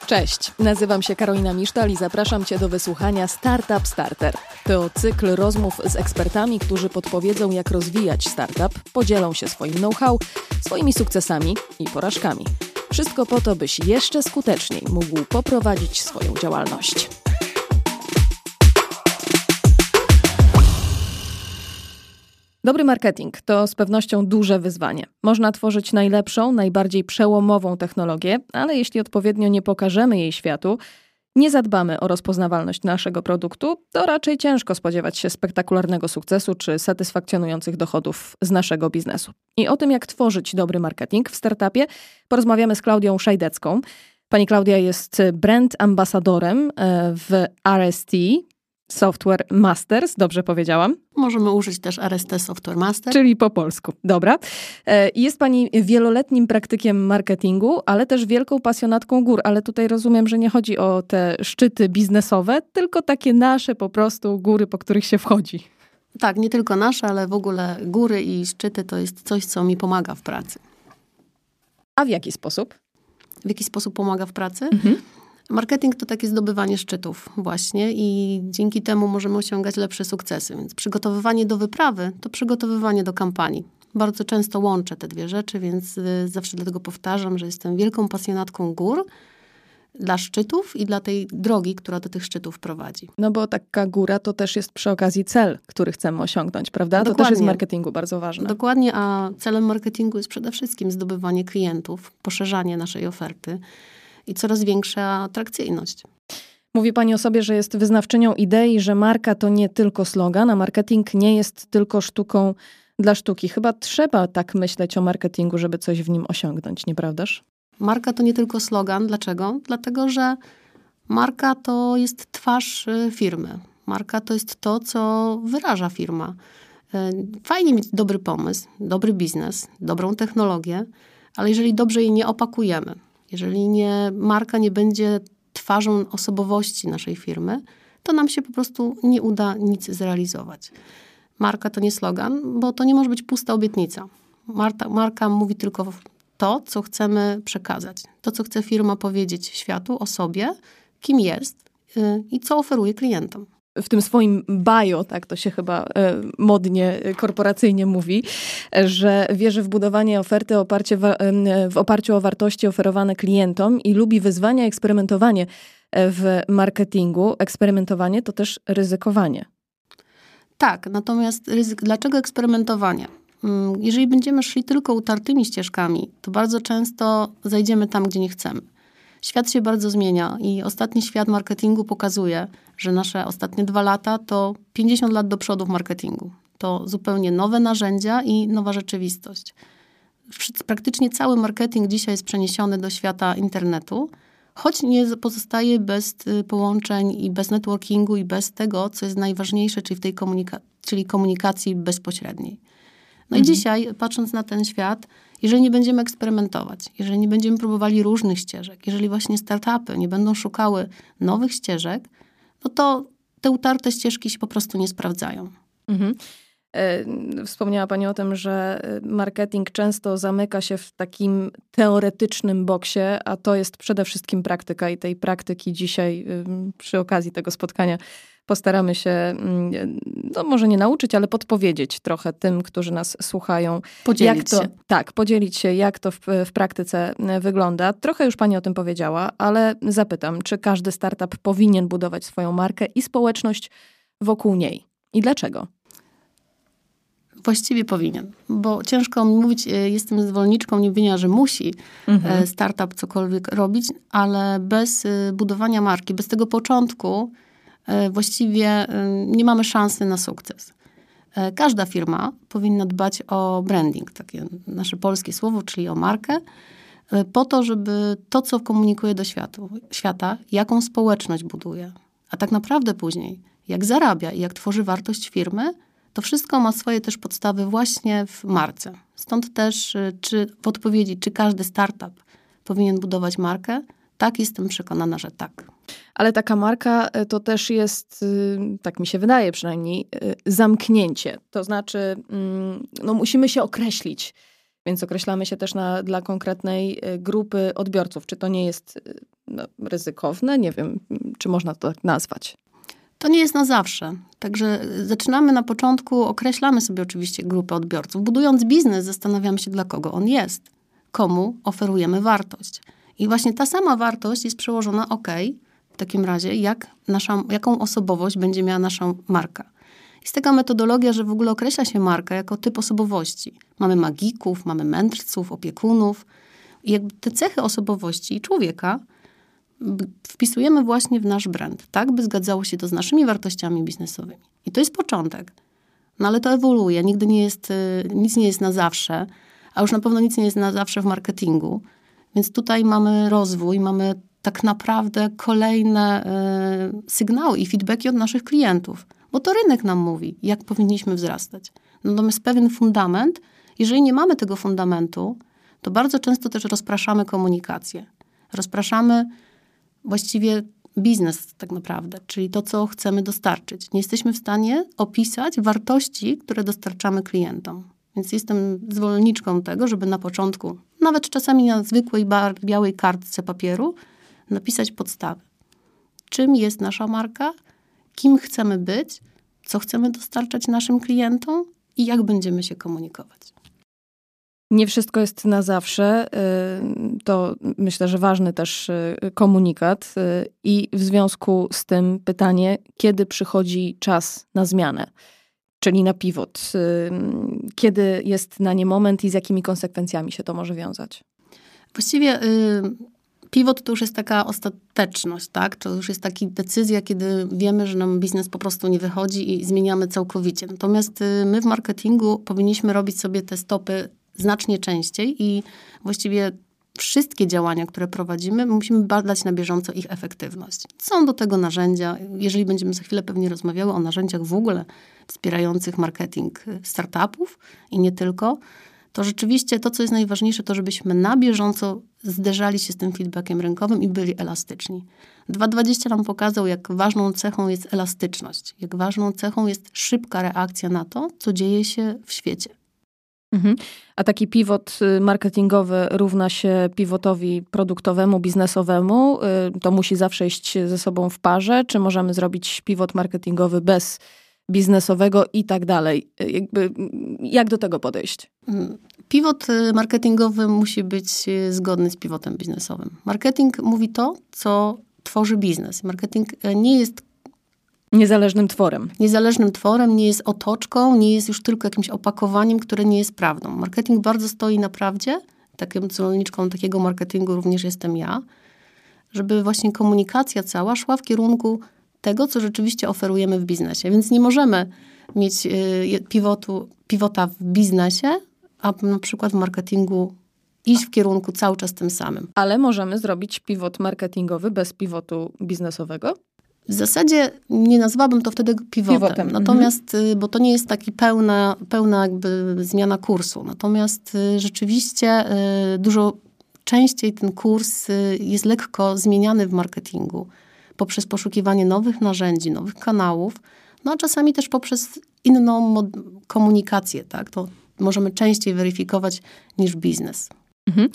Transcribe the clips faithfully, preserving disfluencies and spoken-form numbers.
Cześć, nazywam się Karolina Misztal i zapraszam Cię do wysłuchania Startup Starter. To cykl rozmów z ekspertami, którzy podpowiedzą, jak rozwijać startup, podzielą się swoim know-how, swoimi sukcesami i porażkami. Wszystko po to, byś jeszcze skuteczniej mógł poprowadzić swoją działalność. Dobry marketing to z pewnością duże wyzwanie. Można tworzyć najlepszą, najbardziej przełomową technologię, ale jeśli odpowiednio nie pokażemy jej światu, nie zadbamy o rozpoznawalność naszego produktu, to raczej ciężko spodziewać się spektakularnego sukcesu czy satysfakcjonujących dochodów z naszego biznesu. I o tym, jak tworzyć dobry marketing w startupie, porozmawiamy z Klaudią Szajdecką. Pani Klaudia jest brand ambasadorem w R S T, Software Masters, dobrze powiedziałam? Możemy użyć też R S T Software Master. Czyli po polsku, dobra. Jest Pani wieloletnim praktykiem marketingu, ale też wielką pasjonatką gór, ale tutaj rozumiem, że nie chodzi o te szczyty biznesowe, tylko takie nasze po prostu góry, po których się wchodzi. Tak, nie tylko nasze, ale w ogóle góry i szczyty to jest coś, co mi pomaga w pracy. A w jaki sposób? W jaki sposób pomaga w pracy? Mhm. Marketing to takie zdobywanie szczytów właśnie i dzięki temu możemy osiągać lepsze sukcesy. Więc przygotowywanie do wyprawy to przygotowywanie do kampanii. Bardzo często łączę te dwie rzeczy, więc zawsze dlatego powtarzam, że jestem wielką pasjonatką gór dla szczytów i dla tej drogi, która do tych szczytów prowadzi. No bo taka góra to też jest przy okazji cel, który chcemy osiągnąć, prawda? Dokładnie. To też jest w marketingu bardzo ważne. Dokładnie, a celem marketingu jest przede wszystkim zdobywanie klientów, poszerzanie naszej oferty i coraz większa atrakcyjność. Mówi Pani o sobie, że jest wyznawczynią idei, że marka to nie tylko slogan, a marketing nie jest tylko sztuką dla sztuki. Chyba trzeba tak myśleć o marketingu, żeby coś w nim osiągnąć, nieprawdaż? Marka to nie tylko slogan. Dlaczego? Dlatego, że marka to jest twarz firmy. Marka to jest to, co wyraża firma. Fajnie mieć dobry pomysł, dobry biznes, dobrą technologię, ale jeżeli dobrze jej nie opakujemy, jeżeli nie, marka nie będzie twarzą osobowości naszej firmy, to nam się po prostu nie uda nic zrealizować. Marka to nie slogan, bo to nie może być pusta obietnica. Marka, marka mówi tylko to, co chcemy przekazać. To, co chce firma powiedzieć światu o sobie, kim jest yy, i co oferuje klientom. W tym swoim bio, tak to się chyba e, modnie, korporacyjnie mówi, że wierzy w budowanie oferty oparcie wa, e, w oparciu o wartości oferowane klientom i lubi wyzwania, eksperymentowanie w marketingu. Eksperymentowanie to też ryzykowanie. Tak, natomiast ryzyk, dlaczego eksperymentowanie? Jeżeli będziemy szli tylko utartymi ścieżkami, to bardzo często zajdziemy tam, gdzie nie chcemy. Świat się bardzo zmienia i ostatni świat marketingu pokazuje, że nasze ostatnie dwa lata to pięćdziesiąt lat do przodu w marketingu. To zupełnie nowe narzędzia i nowa rzeczywistość. Praktycznie cały marketing dzisiaj jest przeniesiony do świata internetu, choć nie pozostaje bez połączeń i bez networkingu i bez tego, co jest najważniejsze, czyli w tej komunika- czyli komunikacji bezpośredniej. No mhm. i dzisiaj, patrząc na ten świat, jeżeli nie będziemy eksperymentować, jeżeli nie będziemy próbowali różnych ścieżek, jeżeli właśnie startupy nie będą szukały nowych ścieżek, no to te utarte ścieżki się po prostu nie sprawdzają. Mhm. Wspomniała Pani o tym, że marketing często zamyka się w takim teoretycznym boksie, a to jest przede wszystkim praktyka i tej praktyki dzisiaj przy okazji tego spotkania postaramy się, no może nie nauczyć, ale podpowiedzieć trochę tym, którzy nas słuchają. Podzielić jak to, się. Tak, podzielić się, jak to w, w praktyce wygląda. Trochę już Pani o tym powiedziała, ale zapytam, czy każdy startup powinien budować swoją markę i społeczność wokół niej? I dlaczego? Właściwie powinien, bo ciężko mi mówić, jestem zwolenniczką mówienia, że musi mhm. startup cokolwiek robić, ale bez budowania marki, bez tego początku właściwie nie mamy szansy na sukces. Każda firma powinna dbać o branding, takie nasze polskie słowo, czyli o markę, po to, żeby to, co komunikuje do światu, świata, jaką społeczność buduje, a tak naprawdę później, jak zarabia i jak tworzy wartość firmy, to wszystko ma swoje też podstawy właśnie w marce. Stąd też czy w odpowiedzi, czy każdy startup powinien budować markę, tak, jestem przekonana, że tak. Ale taka marka to też jest, tak mi się wydaje przynajmniej, zamknięcie. To znaczy, no musimy się określić. więc określamy się też na, dla konkretnej grupy odbiorców. Czy to nie jest no, ryzykowne? Nie wiem, czy można to tak nazwać. To nie jest na zawsze. Także zaczynamy na początku, określamy sobie oczywiście grupę odbiorców. Budując biznes, zastanawiamy się, dla kogo on jest. Komu oferujemy wartość. I właśnie ta sama wartość jest przełożona, ok, w takim razie, jak nasza, jaką osobowość będzie miała nasza marka. Jest taka metodologia, że w ogóle określa się markę jako typ osobowości. Mamy magików, mamy mędrców, opiekunów. I jakby te cechy osobowości człowieka wpisujemy właśnie w nasz brand, tak by zgadzało się to z naszymi wartościami biznesowymi. I to jest początek. No ale to ewoluuje. Nigdy nie jest, nic nie jest na zawsze, a już na pewno nic nie jest na zawsze w marketingu. Więc tutaj mamy rozwój, mamy tak naprawdę kolejne y, sygnały i feedbacki od naszych klientów. Bo to rynek nam mówi, jak powinniśmy wzrastać. Natomiast pewien fundament, jeżeli nie mamy tego fundamentu, to bardzo często też rozpraszamy komunikację. Rozpraszamy właściwie biznes tak naprawdę, czyli to, co chcemy dostarczyć. Nie jesteśmy w stanie opisać wartości, które dostarczamy klientom. Więc jestem zwolenniczką tego, żeby na początku, nawet czasami na zwykłej bar- białej kartce papieru, napisać podstawy. Czym jest nasza marka, kim chcemy być, co chcemy dostarczać naszym klientom i jak będziemy się komunikować. Nie wszystko jest na zawsze. To myślę, że ważny też komunikat. I w związku z tym pytanie, kiedy przychodzi czas na zmianę, czyli na pivot? Kiedy jest na nie moment i z jakimi konsekwencjami się to może wiązać? Właściwie y, pivot to już jest taka ostateczność, tak? To już jest taka decyzja, kiedy wiemy, że nam biznes po prostu nie wychodzi i zmieniamy całkowicie. Natomiast y, my w marketingu powinniśmy robić sobie te stopy znacznie częściej i właściwie wszystkie działania, które prowadzimy, musimy badać na bieżąco ich efektywność. Są do tego narzędzia. Jeżeli będziemy za chwilę pewnie rozmawiały o narzędziach w ogóle wspierających marketing startupów i nie tylko, to rzeczywiście to, co jest najważniejsze, to żebyśmy na bieżąco zderzali się z tym feedbackiem rynkowym i byli elastyczni. dwa tysiące dwudziesty nam pokazał, jak ważną cechą jest elastyczność, jak ważną cechą jest szybka reakcja na to, co dzieje się w świecie. Mhm. A taki pivot marketingowy równa się pivotowi produktowemu, biznesowemu? To musi zawsze iść ze sobą w parze? Czy możemy zrobić pivot marketingowy bez biznesowego i tak dalej? Jakby, jak do tego podejść? Pivot marketingowy musi być zgodny z pivotem biznesowym. Marketing mówi to, co tworzy biznes. Marketing nie jest niezależnym tworem. Niezależnym tworem, nie jest otoczką, nie jest już tylko jakimś opakowaniem, które nie jest prawdą. Marketing bardzo stoi na prawdzie. Taką zwolenniczką takiego marketingu również jestem ja. Żeby właśnie komunikacja cała szła w kierunku tego, co rzeczywiście oferujemy w biznesie. Więc nie możemy mieć y, pivotu, pivota w biznesie, a na przykład w marketingu iść w kierunku cały czas tym samym. Ale możemy zrobić pivot marketingowy bez pivotu biznesowego? W zasadzie nie nazwałabym to wtedy pivotem. pivotem. Natomiast, mhm. bo to nie jest taki pełna, pełna jakby zmiana kursu. Natomiast rzeczywiście dużo częściej ten kurs jest lekko zmieniany w marketingu poprzez poszukiwanie nowych narzędzi, nowych kanałów, no a czasami też poprzez inną mod- komunikację, tak? To możemy częściej weryfikować niż biznes. Mhm.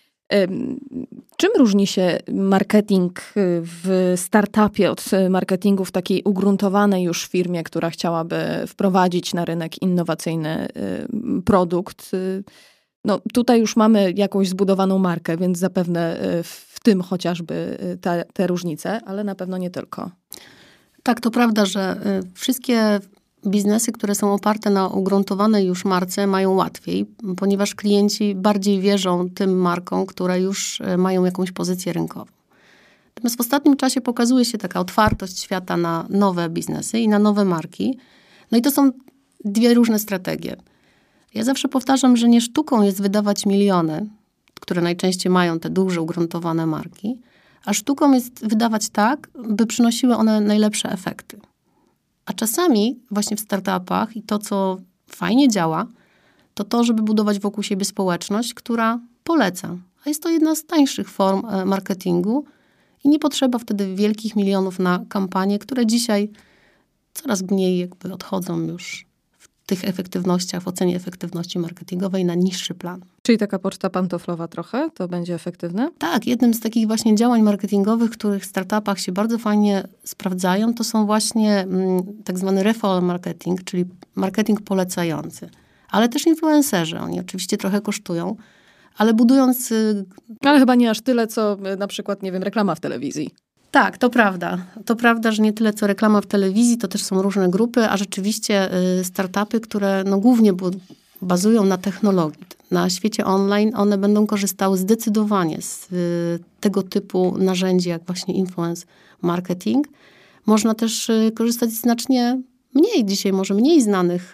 Czym różni się marketing w startupie od marketingu w takiej ugruntowanej już firmie, która chciałaby wprowadzić na rynek innowacyjny produkt? No, tutaj już mamy jakąś zbudowaną markę, więc zapewne w tym chociażby te, te różnice, ale na pewno nie tylko. Tak, to prawda, że wszystkie biznesy, które są oparte na ugruntowanej już marce, mają łatwiej, ponieważ klienci bardziej wierzą tym markom, które już mają jakąś pozycję rynkową. Natomiast w ostatnim czasie pokazuje się taka otwartość świata na nowe biznesy i na nowe marki. No i to są dwie różne strategie. Ja zawsze powtarzam, że nie sztuką jest wydawać miliony, które najczęściej mają te duże, ugruntowane marki, a sztuką jest wydawać tak, by przynosiły one najlepsze efekty. A czasami właśnie w startupach i to, co fajnie działa, to to, żeby budować wokół siebie społeczność, która poleca. A jest to jedna z tańszych form marketingu i nie potrzeba wtedy wielkich milionów na kampanie, które dzisiaj coraz mniej jakby odchodzą już w tych efektywnościach, w ocenie efektywności marketingowej na niższy plan. Czyli taka poczta pantoflowa trochę, to będzie efektywne? Tak, jednym z takich właśnie działań marketingowych, których w startupach się bardzo fajnie sprawdzają, to są właśnie mm, tak zwany referral marketing, czyli marketing polecający. Ale też influencerzy, oni oczywiście trochę kosztują, ale budując... Ale chyba nie aż tyle, co na przykład, nie wiem, reklama w telewizji. Tak, to prawda. To prawda, że nie tyle co reklama w telewizji, to też są różne grupy, a rzeczywiście startupy, które no głównie bazują na technologii. Na świecie online one będą korzystały zdecydowanie z tego typu narzędzi, jak właśnie influence marketing. Można też korzystać z znacznie mniej dzisiaj, może mniej znanych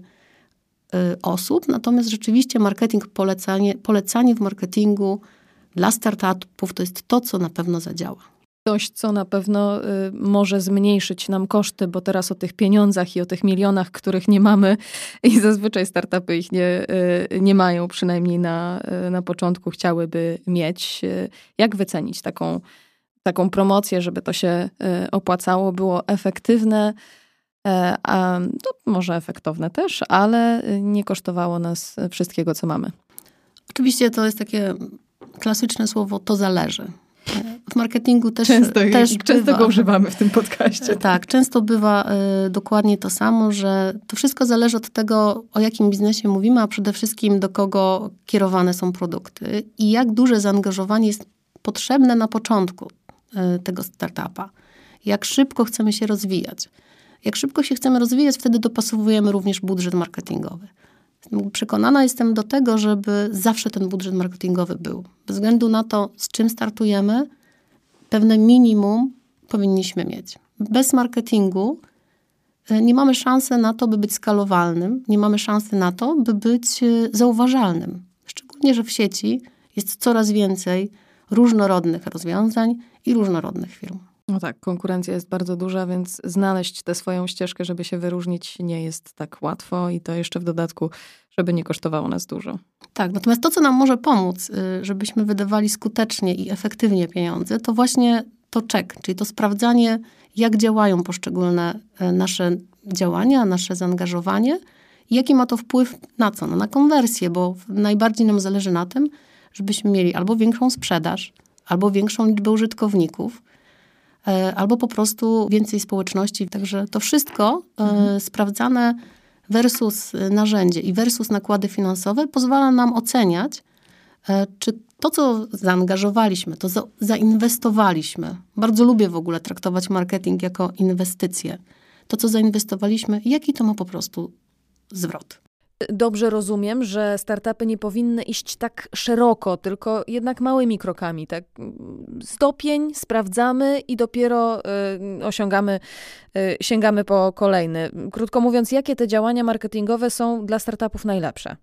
osób, natomiast rzeczywiście marketing, polecanie, polecanie w marketingu dla startupów to jest to, co na pewno zadziała. Coś, co na pewno y, może zmniejszyć nam koszty, bo teraz o tych pieniądzach i o tych milionach, których nie mamy i zazwyczaj startupy ich nie, y, nie mają, przynajmniej na, y, na początku chciałyby mieć. Y, jak wycenić taką, taką promocję, żeby to się y, opłacało, było efektywne, y, a no, może efektowne też, ale nie kosztowało nas wszystkiego, co mamy? Oczywiście to jest takie klasyczne słowo, to zależy. W marketingu też Często, też często bywa, go używamy w tym podcaście. Tak, często bywa y, dokładnie to samo, że to wszystko zależy od tego, o jakim biznesie mówimy, a przede wszystkim do kogo kierowane są produkty i jak duże zaangażowanie jest potrzebne na początku y, tego startupa. Jak szybko chcemy się rozwijać. Jak szybko się chcemy rozwijać, wtedy dopasowujemy również budżet marketingowy. Przekonana jestem do tego, żeby zawsze ten budżet marketingowy był. Bez względu na to, z czym startujemy, pewne minimum powinniśmy mieć. Bez marketingu nie mamy szansy na to, by być skalowalnym. Nie mamy szansy na to, by być zauważalnym. Szczególnie, że w sieci jest coraz więcej różnorodnych rozwiązań i różnorodnych firm. No tak, konkurencja jest bardzo duża, więc znaleźć tę swoją ścieżkę, żeby się wyróżnić, nie jest tak łatwo i to jeszcze w dodatku, żeby nie kosztowało nas dużo. Tak, natomiast to, co nam może pomóc, żebyśmy wydawali skutecznie i efektywnie pieniądze, to właśnie to check, czyli to sprawdzanie, jak działają poszczególne nasze działania, nasze zaangażowanie i jaki ma to wpływ na co? No, na konwersję, bo najbardziej nam zależy na tym, żebyśmy mieli albo większą sprzedaż, albo większą liczbę użytkowników, albo po prostu więcej społeczności. Także to wszystko mhm. sprawdzane versus narzędzie i versus nakłady finansowe pozwala nam oceniać, czy to, co zaangażowaliśmy, to za, zainwestowaliśmy. Bardzo lubię w ogóle traktować marketing jako inwestycję. To, co zainwestowaliśmy, jaki to ma po prostu zwrot. Dobrze rozumiem, że startupy nie powinny iść tak szeroko, tylko jednak małymi krokami. Tak? Stopień, sprawdzamy i dopiero y, osiągamy, y, sięgamy po kolejny. Krótko mówiąc, jakie te działania marketingowe są dla startupów najlepsze?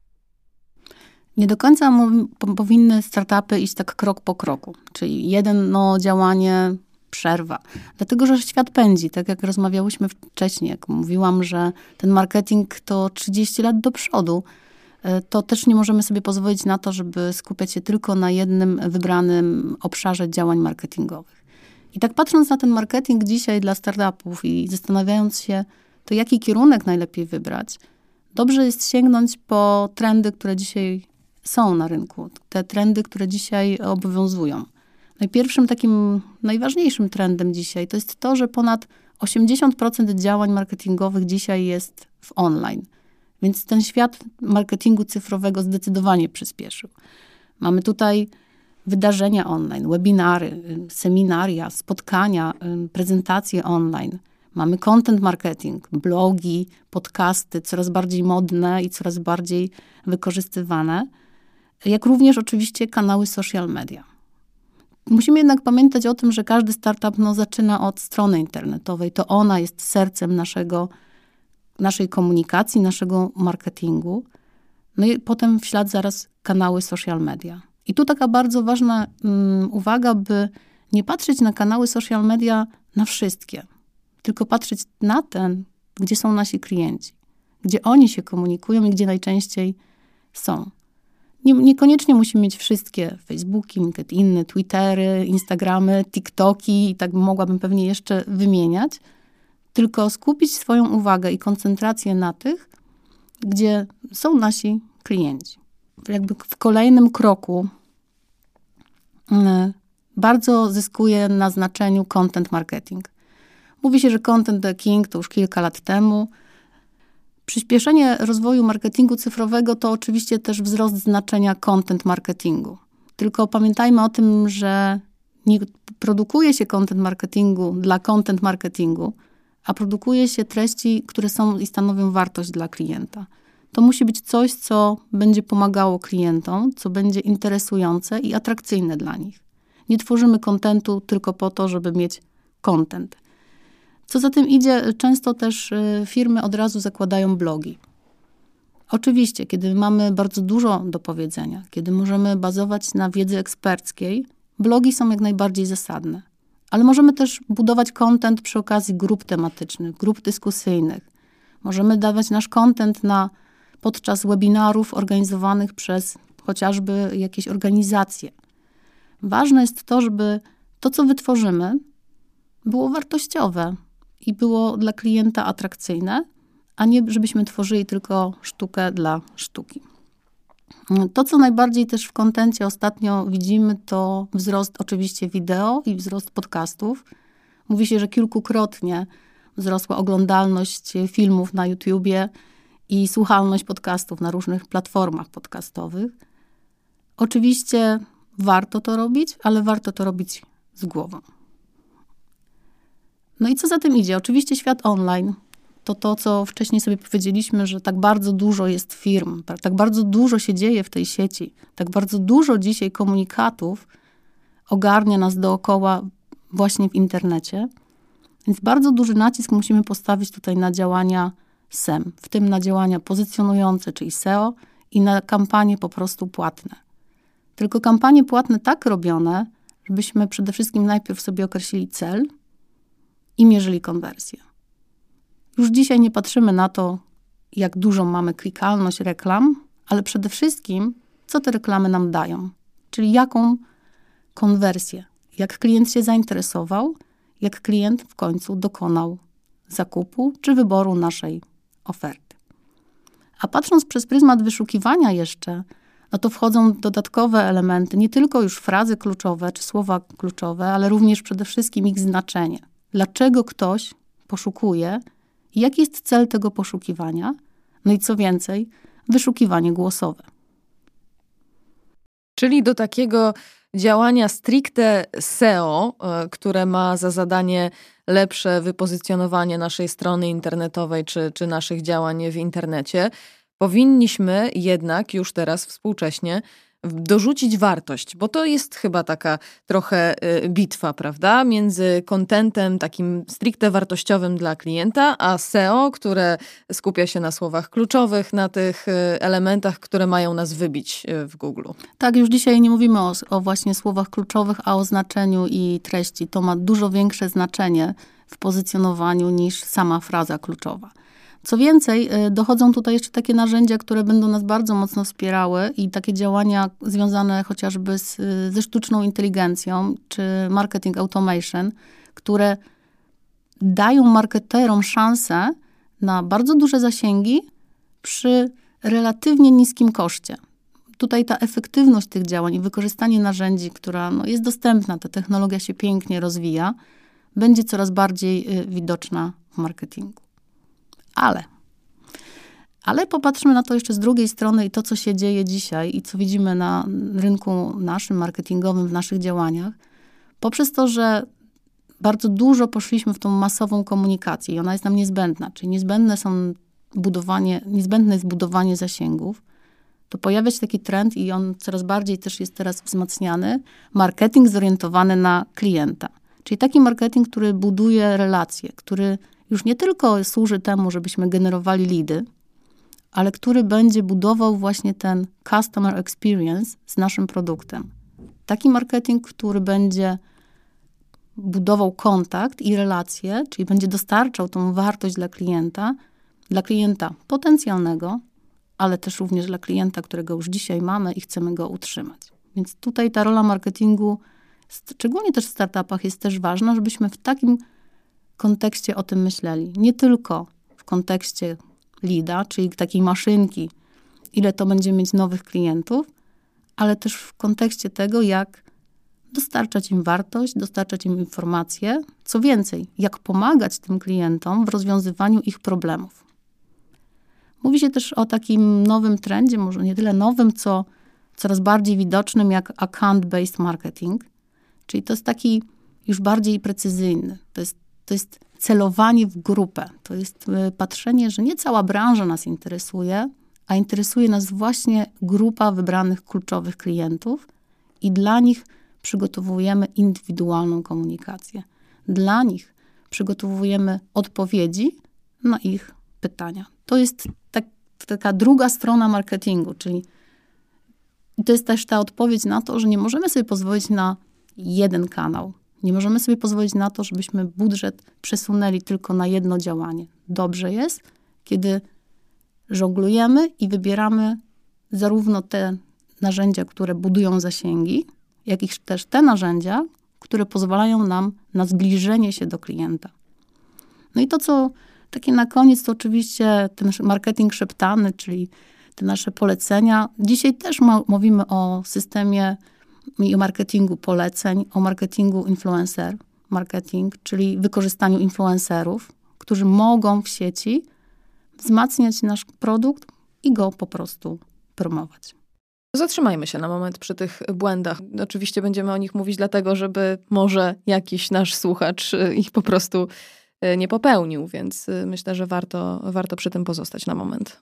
Nie do końca m- powinny startupy iść tak krok po kroku. Czyli jedno działanie, przerwa. Dlatego, że świat pędzi. Tak jak rozmawiałyśmy wcześniej, jak mówiłam, że ten marketing to trzydzieści lat do przodu, to też nie możemy sobie pozwolić na to, żeby skupiać się tylko na jednym wybranym obszarze działań marketingowych. I tak patrząc na ten marketing dzisiaj dla startupów i zastanawiając się, to jaki kierunek najlepiej wybrać, dobrze jest sięgnąć po trendy, które dzisiaj są na rynku. Te trendy, które dzisiaj obowiązują. Najpierwszym takim najważniejszym trendem dzisiaj to jest to, że ponad osiemdziesiąt procent działań marketingowych dzisiaj jest w online. Więc ten świat marketingu cyfrowego zdecydowanie przyspieszył. Mamy tutaj wydarzenia online, webinary, seminaria, spotkania, prezentacje online. Mamy content marketing, blogi, podcasty, coraz bardziej modne i coraz bardziej wykorzystywane. Jak również oczywiście kanały social media. Musimy jednak pamiętać o tym, że każdy startup no, zaczyna od strony internetowej. To ona jest sercem naszego, naszej komunikacji, naszego marketingu. No i potem w ślad zaraz kanały social media. I tu taka bardzo ważna um, uwaga, by nie patrzeć na kanały social media na wszystkie, tylko patrzeć na ten, gdzie są nasi klienci, gdzie oni się komunikują i gdzie najczęściej są. Nie, niekoniecznie musimy mieć wszystkie Facebooki, LinkedIny, Twittery, Instagramy, TikToki i tak mogłabym pewnie jeszcze wymieniać, tylko skupić swoją uwagę i koncentrację na tych, gdzie są nasi klienci. Jakby w kolejnym kroku bardzo zyskuje na znaczeniu content marketing. Mówi się, że content the king to już kilka lat temu. Przyspieszenie rozwoju marketingu cyfrowego to oczywiście też wzrost znaczenia content marketingu. Tylko pamiętajmy o tym, że nie produkuje się content marketingu dla content marketingu, a produkuje się treści, które są i stanowią wartość dla klienta. To musi być coś, co będzie pomagało klientom, co będzie interesujące i atrakcyjne dla nich. Nie tworzymy kontentu tylko po to, żeby mieć content. Co za tym idzie, często też firmy od razu zakładają blogi. Oczywiście, kiedy mamy bardzo dużo do powiedzenia, kiedy możemy bazować na wiedzy eksperckiej, blogi są jak najbardziej zasadne. Ale możemy też budować content przy okazji grup tematycznych, grup dyskusyjnych. Możemy dawać nasz content na, podczas webinarów organizowanych przez chociażby jakieś organizacje. Ważne jest to, żeby to, co wytworzymy, było wartościowe i było dla klienta atrakcyjne, a nie żebyśmy tworzyli tylko sztukę dla sztuki. To, co najbardziej też w kontencie ostatnio widzimy, to wzrost oczywiście wideo i wzrost podcastów. Mówi się, że kilkukrotnie wzrosła oglądalność filmów na YouTubie i słuchalność podcastów na różnych platformach podcastowych. Oczywiście warto to robić, ale warto to robić z głową. No i co za tym idzie? Oczywiście świat online to to, co wcześniej sobie powiedzieliśmy, że tak bardzo dużo jest firm, tak bardzo dużo się dzieje w tej sieci, tak bardzo dużo dzisiaj komunikatów ogarnia nas dookoła właśnie w internecie. Więc bardzo duży nacisk musimy postawić tutaj na działania S E M, w tym na działania pozycjonujące, czyli S E O i na kampanie po prostu płatne. Tylko kampanie płatne tak robione, żebyśmy przede wszystkim najpierw sobie określili cel i mierzyli konwersję. Już dzisiaj nie patrzymy na to, jak dużą mamy klikalność reklam, ale przede wszystkim, co te reklamy nam dają. Czyli jaką konwersję, jak klient się zainteresował, jak klient w końcu dokonał zakupu czy wyboru naszej oferty. A patrząc przez pryzmat wyszukiwania jeszcze, no to wchodzą dodatkowe elementy, nie tylko już frazy kluczowe czy słowa kluczowe, ale również przede wszystkim ich znaczenie. Dlaczego ktoś poszukuje, jaki jest cel tego poszukiwania, no i co więcej, wyszukiwanie głosowe. Czyli do takiego działania stricte S E O, które ma za zadanie lepsze wypozycjonowanie naszej strony internetowej czy, czy naszych działań w internecie, powinniśmy jednak już teraz współcześnie dorzucić wartość, bo to jest chyba taka trochę bitwa, prawda, między kontentem takim stricte wartościowym dla klienta, a S E O, które skupia się na słowach kluczowych, na tych elementach, które mają nas wybić w Google. Tak, już dzisiaj nie mówimy o, o właśnie słowach kluczowych, a o znaczeniu i treści. To ma dużo większe znaczenie w pozycjonowaniu niż sama fraza kluczowa. Co więcej, dochodzą tutaj jeszcze takie narzędzia, które będą nas bardzo mocno wspierały i takie działania związane chociażby z, ze sztuczną inteligencją czy marketing automation, które dają marketerom szansę na bardzo duże zasięgi przy relatywnie niskim koszcie. Tutaj ta efektywność tych działań i wykorzystanie narzędzi, która no, jest dostępna, ta technologia się pięknie rozwija, będzie coraz bardziej widoczna w marketingu. Ale, ale popatrzmy na to jeszcze z drugiej strony i to, co się dzieje dzisiaj i co widzimy na rynku naszym marketingowym, w naszych działaniach, poprzez to, że bardzo dużo poszliśmy w tą masową komunikację i ona jest nam niezbędna, czyli niezbędne są budowanie, niezbędne jest budowanie zasięgów, to pojawia się taki trend i on coraz bardziej też jest teraz wzmacniany, marketing zorientowany na klienta. Czyli taki marketing, który buduje relacje, który już nie tylko służy temu, żebyśmy generowali leady, ale który będzie budował właśnie ten customer experience z naszym produktem. Taki marketing, który będzie budował kontakt i relacje, czyli będzie dostarczał tą wartość dla klienta, dla klienta potencjalnego, ale też również dla klienta, którego już dzisiaj mamy i chcemy go utrzymać. Więc tutaj ta rola marketingu, szczególnie też w startupach, jest też ważna, żebyśmy w takim kontekście o tym myśleli. Nie tylko w kontekście leada, czyli takiej maszynki, ile to będzie mieć nowych klientów, ale też w kontekście tego, jak dostarczać im wartość, dostarczać im informacje. Co więcej, jak pomagać tym klientom w rozwiązywaniu ich problemów. Mówi się też o takim nowym trendzie, może nie tyle nowym, co coraz bardziej widocznym, jak account-based marketing. Czyli to jest taki już bardziej precyzyjny. To jest, to jest celowanie w grupę. To jest patrzenie, że nie cała branża nas interesuje, a interesuje nas właśnie grupa wybranych kluczowych klientów i dla nich przygotowujemy indywidualną komunikację. Dla nich przygotowujemy odpowiedzi na ich pytania. To jest tak, taka druga strona marketingu, czyli to jest też ta odpowiedź na to, że nie możemy sobie pozwolić na jeden kanał. Nie możemy sobie pozwolić na to, żebyśmy budżet przesunęli tylko na jedno działanie. Dobrze jest, kiedy żonglujemy i wybieramy zarówno te narzędzia, które budują zasięgi, jak i też te narzędzia, które pozwalają nam na zbliżenie się do klienta. No i to, co takie na koniec, to oczywiście ten marketing szeptany, czyli te nasze polecenia. Dzisiaj też ma, mówimy o systemie i o marketingu poleceń, o marketingu influencer marketing, czyli wykorzystaniu influencerów, którzy mogą w sieci wzmacniać nasz produkt i go po prostu promować. Zatrzymajmy się na moment przy tych błędach. Oczywiście będziemy o nich mówić dlatego, żeby może jakiś nasz słuchacz ich po prostu nie popełnił, więc myślę, że warto, warto przy tym pozostać na moment.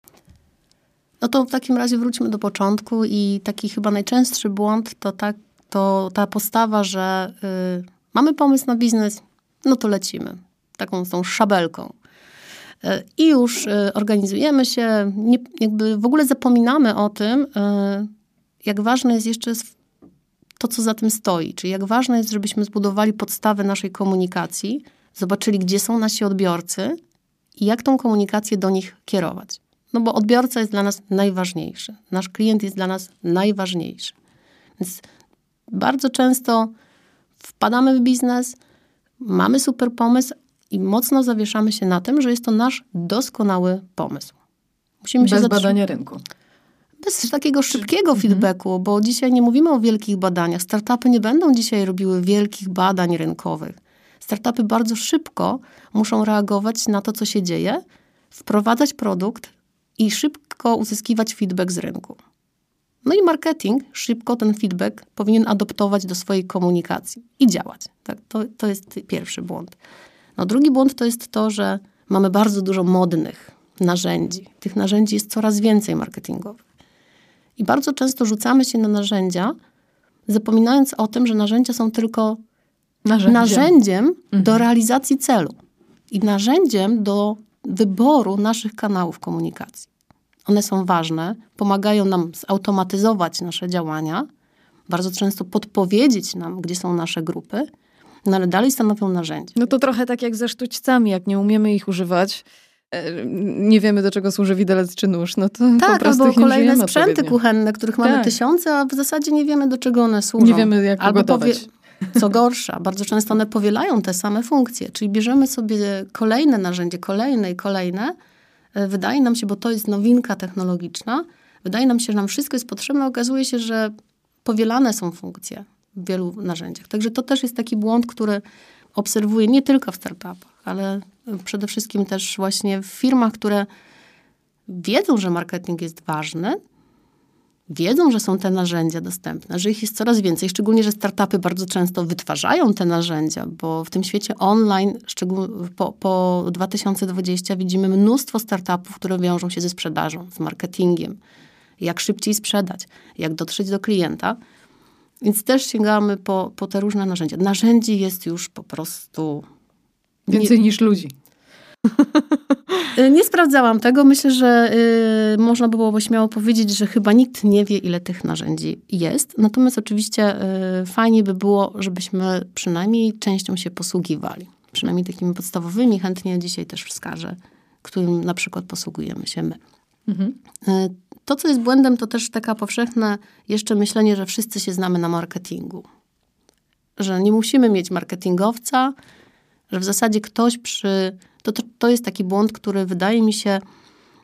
No to w takim razie wróćmy do początku i taki chyba najczęstszy błąd to, tak, to ta postawa, że y, mamy pomysł na biznes, no to lecimy. Taką z tą szabelką. Y, I już y, organizujemy się, nie, jakby w ogóle zapominamy o tym, y, jak ważne jest jeszcze to, co za tym stoi. Czyli jak ważne jest, żebyśmy zbudowali podstawę naszej komunikacji, zobaczyli, gdzie są nasi odbiorcy i jak tą komunikację do nich kierować. No bo odbiorca jest dla nas najważniejszy. Nasz klient jest dla nas najważniejszy. Więc bardzo często wpadamy w biznes, mamy super pomysł i mocno zawieszamy się na tym, że jest to nasz doskonały pomysł. Musimy Bez się zatrzy- badania rynku. Bez takiego szybkiego mhm. feedbacku, bo dzisiaj nie mówimy o wielkich badaniach. Startupy nie będą dzisiaj robiły wielkich badań rynkowych. Startupy bardzo szybko muszą reagować na to, co się dzieje, wprowadzać produkt i szybko uzyskiwać feedback z rynku. No i marketing szybko ten feedback powinien adoptować do swojej komunikacji i działać. Tak? To, to jest pierwszy błąd. No drugi błąd to jest to, że mamy bardzo dużo modnych narzędzi. Tych narzędzi jest coraz więcej marketingowych. I bardzo często rzucamy się na narzędzia, zapominając o tym, że narzędzia są tylko narzędziem, narzędziem mhm. do realizacji celu i narzędziem do wyboru naszych kanałów komunikacji. One są ważne, pomagają nam zautomatyzować nasze działania, bardzo często podpowiedzieć nam, gdzie są nasze grupy, no ale dalej stanowią narzędzie. No to trochę tak jak ze sztućcami, jak nie umiemy ich używać, nie wiemy, do czego służy widelec czy nóż, no to tak, po prostu albo kolejne sprzęty kuchenne, których mamy tak. tysiące, a w zasadzie nie wiemy, do czego one służą. Nie wiemy, jak albo ugotować. Powie- co gorsza, bardzo często one powielają te same funkcje, czyli bierzemy sobie kolejne narzędzie, kolejne i kolejne. Wydaje nam się, bo to jest nowinka technologiczna, wydaje nam się, że nam wszystko jest potrzebne, okazuje się, że powielane są funkcje w wielu narzędziach. Także to też jest taki błąd, który obserwuję nie tylko w startupach, ale przede wszystkim też właśnie w firmach, które wiedzą, że marketing jest ważny, wiedzą, że są te narzędzia dostępne, że ich jest coraz więcej, szczególnie, że startupy bardzo często wytwarzają te narzędzia, bo w tym świecie online, szczególnie po, po dwa tysiące dwudziestym widzimy mnóstwo startupów, które wiążą się ze sprzedażą, z marketingiem, jak szybciej sprzedać, jak dotrzeć do klienta. Więc też sięgamy po, po te różne narzędzia. Narzędzi jest już po prostu... Więcej nie, niż ludzi. Nie sprawdzałam tego. Myślę, że y, można byłoby śmiało powiedzieć, że chyba nikt nie wie, ile tych narzędzi jest. Natomiast oczywiście y, fajnie by było, żebyśmy przynajmniej częścią się posługiwali. Przynajmniej takimi podstawowymi. Chętnie dzisiaj też wskażę, którym na przykład posługujemy się my. Mhm. Y, to, co jest błędem, to też taka powszechne jeszcze myślenie, że wszyscy się znamy na marketingu. Że nie musimy mieć marketingowca, że w zasadzie ktoś przy... To, to, to jest taki błąd, który wydaje mi się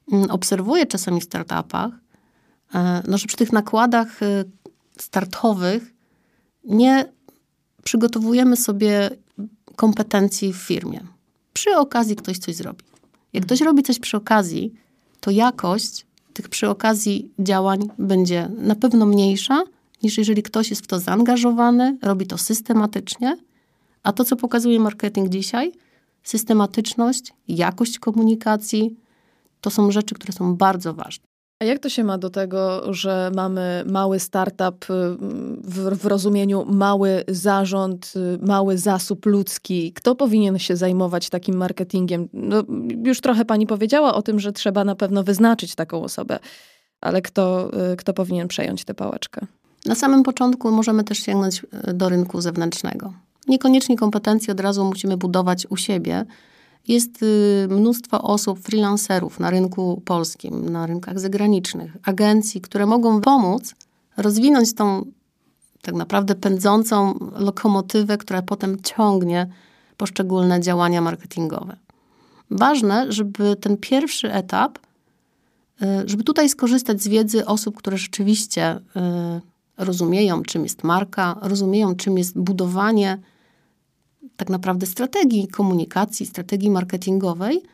obserwuję czasami w startupach, no, że przy tych nakładach startowych nie przygotowujemy sobie kompetencji w firmie. Przy okazji ktoś coś zrobi. Jak ktoś robi coś przy okazji, to jakość tych przy okazji działań będzie na pewno mniejsza, niż jeżeli ktoś jest w to zaangażowany, robi to systematycznie. A to, co pokazuje marketing dzisiaj, systematyczność, jakość komunikacji, to są rzeczy, które są bardzo ważne. A jak to się ma do tego, że mamy mały startup w, w rozumieniu mały zarząd, mały zasób ludzki? Kto powinien się zajmować takim marketingiem? No, już trochę pani powiedziała o tym, że trzeba na pewno wyznaczyć taką osobę, ale kto, kto powinien przejąć tę pałeczkę? Na samym początku możemy też sięgnąć do rynku zewnętrznego. Niekoniecznie kompetencje od razu musimy budować u siebie. Jest mnóstwo osób, freelancerów na rynku polskim, na rynkach zagranicznych, agencji, które mogą pomóc rozwinąć tą tak naprawdę pędzącą lokomotywę, która potem ciągnie poszczególne działania marketingowe. Ważne, żeby ten pierwszy etap, żeby tutaj skorzystać z wiedzy osób, które rzeczywiście rozumieją, czym jest marka, rozumieją, czym jest budowanie tak naprawdę strategii komunikacji, strategii marketingowej,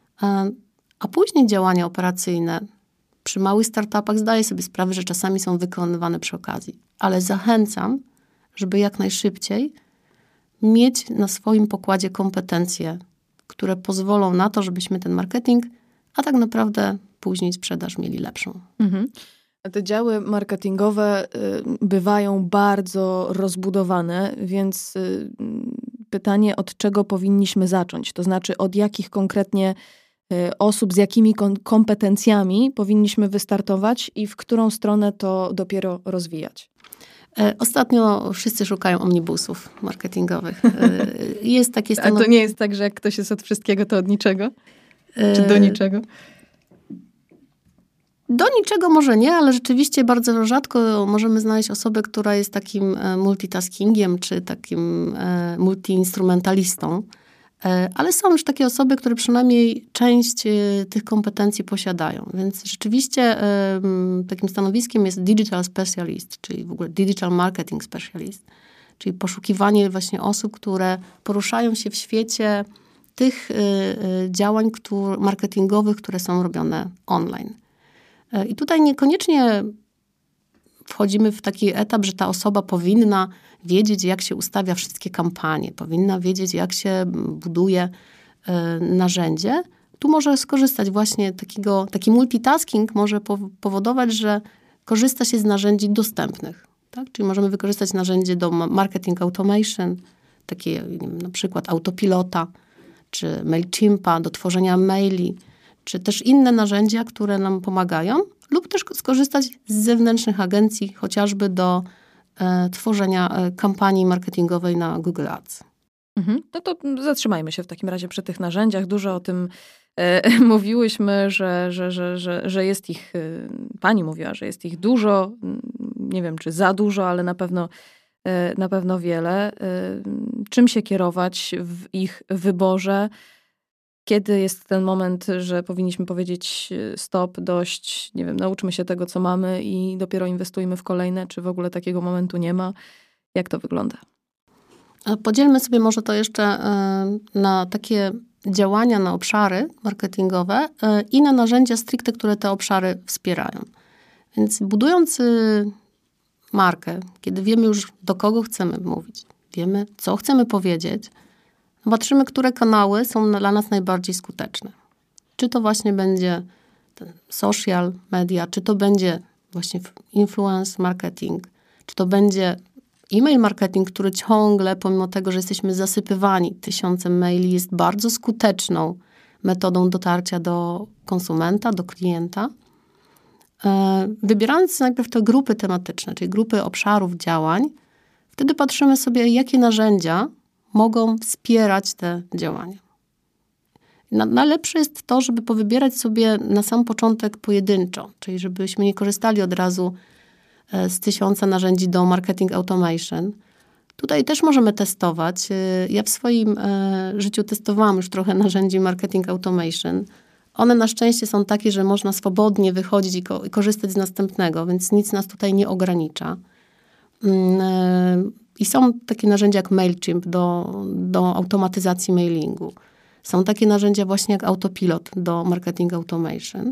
a później działania operacyjne. Przy małych startupach zdaję sobie sprawę, że czasami są wykonywane przy okazji, ale zachęcam, żeby jak najszybciej mieć na swoim pokładzie kompetencje, które pozwolą na to, żebyśmy ten marketing, a tak naprawdę później sprzedaż mieli lepszą. Mhm. Te działy marketingowe bywają bardzo rozbudowane, więc pytanie, od czego powinniśmy zacząć? To znaczy, od jakich konkretnie osób, z jakimi kompetencjami powinniśmy wystartować i w którą stronę to dopiero rozwijać? Ostatnio wszyscy szukają omnibusów marketingowych. Jest takie stanow... A to nie jest tak, że jak ktoś jest od wszystkiego, to od niczego? Czy do niczego? Do niczego może nie, ale rzeczywiście bardzo rzadko możemy znaleźć osobę, która jest takim multitaskingiem, czy takim multiinstrumentalistą. Ale są już takie osoby, które przynajmniej część tych kompetencji posiadają. Więc rzeczywiście takim stanowiskiem jest digital specialist, czyli w ogóle digital marketing specialist, czyli poszukiwanie właśnie osób, które poruszają się w świecie tych działań marketingowych, które są robione online. I tutaj niekoniecznie wchodzimy w taki etap, że ta osoba powinna wiedzieć, jak się ustawia wszystkie kampanie, powinna wiedzieć, jak się buduje narzędzie. Tu może skorzystać właśnie takiego, taki multitasking może powodować, że korzysta się z narzędzi dostępnych. Tak? Czyli możemy wykorzystać narzędzie do marketing automation, takie na przykład autopilota, czy MailChimpa do tworzenia maili, czy też inne narzędzia, które nam pomagają, lub też skorzystać z zewnętrznych agencji, chociażby do e, tworzenia e, kampanii marketingowej na Google Ads. Mhm. No to zatrzymajmy się w takim razie przy tych narzędziach. Dużo o tym e, mówiłyśmy, że, że, że, że, że jest ich, e, pani mówiła, że jest ich dużo, nie wiem czy za dużo, ale na pewno, e, na pewno wiele. E, czym się kierować w ich wyborze? Kiedy jest ten moment, że powinniśmy powiedzieć stop, dość, nie wiem, nauczmy się tego, co mamy i dopiero inwestujmy w kolejne, czy w ogóle takiego momentu nie ma? Jak to wygląda? Podzielmy sobie może to jeszcze na takie działania, na obszary marketingowe i na narzędzia stricte, które te obszary wspierają. Więc budując markę, kiedy wiemy już, do kogo chcemy mówić, wiemy, co chcemy powiedzieć, patrzymy, które kanały są dla nas najbardziej skuteczne. Czy to właśnie będzie ten social media, czy to będzie właśnie influence marketing, czy to będzie e-mail marketing, który ciągle, pomimo tego, że jesteśmy zasypywani tysiącem maili, jest bardzo skuteczną metodą dotarcia do konsumenta, do klienta. Wybierając najpierw te grupy tematyczne, czyli grupy obszarów działań, wtedy patrzymy sobie, jakie narzędzia mogą wspierać te działania. Najlepsze jest to, żeby powybierać sobie na sam początek pojedynczo, czyli żebyśmy nie korzystali od razu z tysiąca narzędzi do marketing automation. Tutaj też możemy testować. Ja w swoim życiu testowałam już trochę narzędzi marketing automation. One na szczęście są takie, że można swobodnie wychodzić i, ko- i korzystać z następnego, więc nic nas tutaj nie ogranicza. I są takie narzędzia jak MailChimp do, do automatyzacji mailingu. Są takie narzędzia właśnie jak Autopilot do marketing automation.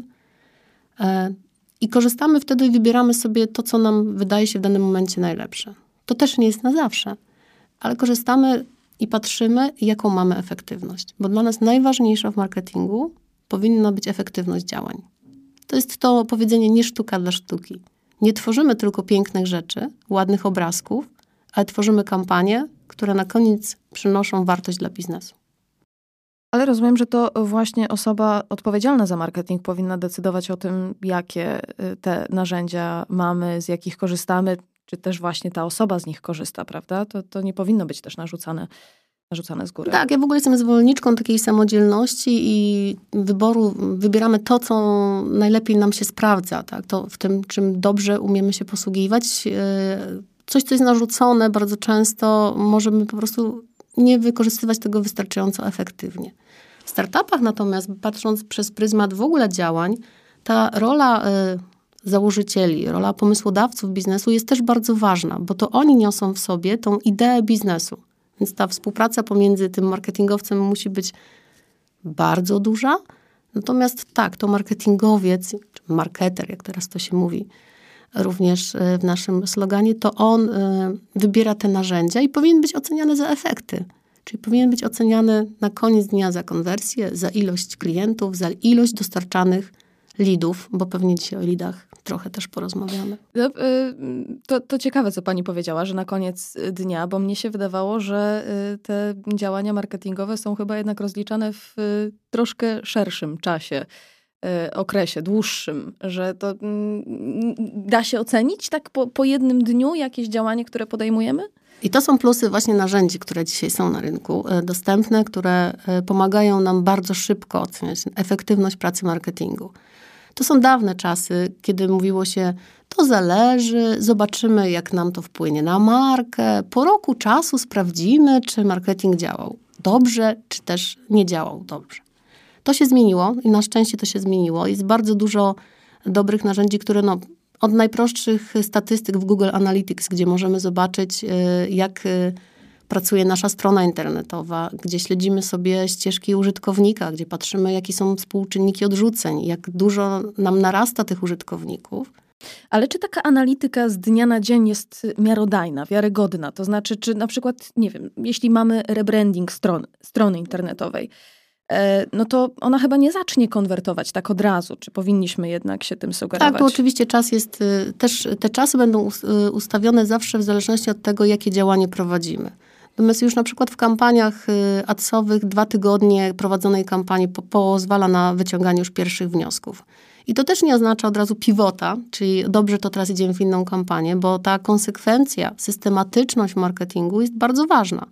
I korzystamy wtedy i wybieramy sobie to, co nam wydaje się w danym momencie najlepsze. To też nie jest na zawsze, ale korzystamy i patrzymy, jaką mamy efektywność. Bo dla nas najważniejsza w marketingu powinna być efektywność działań. To jest to powiedzenie nie sztuka dla sztuki. Nie tworzymy tylko pięknych rzeczy, ładnych obrazków, ale tworzymy kampanie, które na koniec przynoszą wartość dla biznesu. Ale rozumiem, że to właśnie osoba odpowiedzialna za marketing powinna decydować o tym, jakie te narzędzia mamy, z jakich korzystamy, czy też właśnie ta osoba z nich korzysta, prawda? To, to nie powinno być też narzucane, narzucane z góry. Tak, ja w ogóle jestem zwolenniczką takiej samodzielności i wyboru, wybieramy to, co najlepiej nam się sprawdza, tak? To w tym, czym dobrze umiemy się posługiwać. Coś, co jest narzucone bardzo często, możemy po prostu nie wykorzystywać tego wystarczająco efektywnie. W startupach natomiast, patrząc przez pryzmat w ogóle działań, ta rola y, założycieli, rola pomysłodawców biznesu jest też bardzo ważna, bo to oni niosą w sobie tą ideę biznesu. Więc ta współpraca pomiędzy tym marketingowcem musi być bardzo duża. Natomiast tak, to marketingowiec, czy marketer, jak teraz to się mówi, również w naszym sloganie, to on y, wybiera te narzędzia i powinien być oceniany za efekty. Czyli powinien być oceniany na koniec dnia za konwersję, za ilość klientów, za ilość dostarczanych leadów, bo pewnie dzisiaj o leadach trochę też porozmawiamy. No, to, to ciekawe, co pani powiedziała, że na koniec dnia, bo mnie się wydawało, że te działania marketingowe są chyba jednak rozliczane w troszkę szerszym czasie, okresie, dłuższym, że to da się ocenić tak po, po jednym dniu jakieś działanie, które podejmujemy? I to są plusy właśnie narzędzi, które dzisiaj są na rynku dostępne, które pomagają nam bardzo szybko oceniać efektywność pracy marketingu. To są dawne czasy, kiedy mówiło się, to zależy, zobaczymy, jak nam to wpłynie na markę. Po roku czasu sprawdzimy, czy marketing działał dobrze, czy też nie działał dobrze. To się zmieniło i na szczęście to się zmieniło. Jest bardzo dużo dobrych narzędzi, które no, od najprostszych statystyk w Google Analytics, gdzie możemy zobaczyć, jak pracuje nasza strona internetowa, gdzie śledzimy sobie ścieżki użytkownika, gdzie patrzymy, jakie są współczynniki odrzuceń, jak dużo nam narasta tych użytkowników. Ale czy taka analityka z dnia na dzień jest miarodajna, wiarygodna? To znaczy, czy na przykład, nie wiem, jeśli mamy rebranding stron, strony internetowej, no to ona chyba nie zacznie konwertować tak od razu. Czy powinniśmy jednak się tym sugerować? Tak, tu oczywiście czas jest, też te czasy będą ustawione zawsze w zależności od tego, jakie działanie prowadzimy. Natomiast już na przykład w kampaniach adsowych dwa tygodnie prowadzonej kampanii po, pozwala na wyciąganie już pierwszych wniosków. I to też nie oznacza od razu pivota, czyli dobrze, to teraz idziemy w inną kampanię, bo ta konsekwencja, systematyczność w marketingu jest bardzo ważna.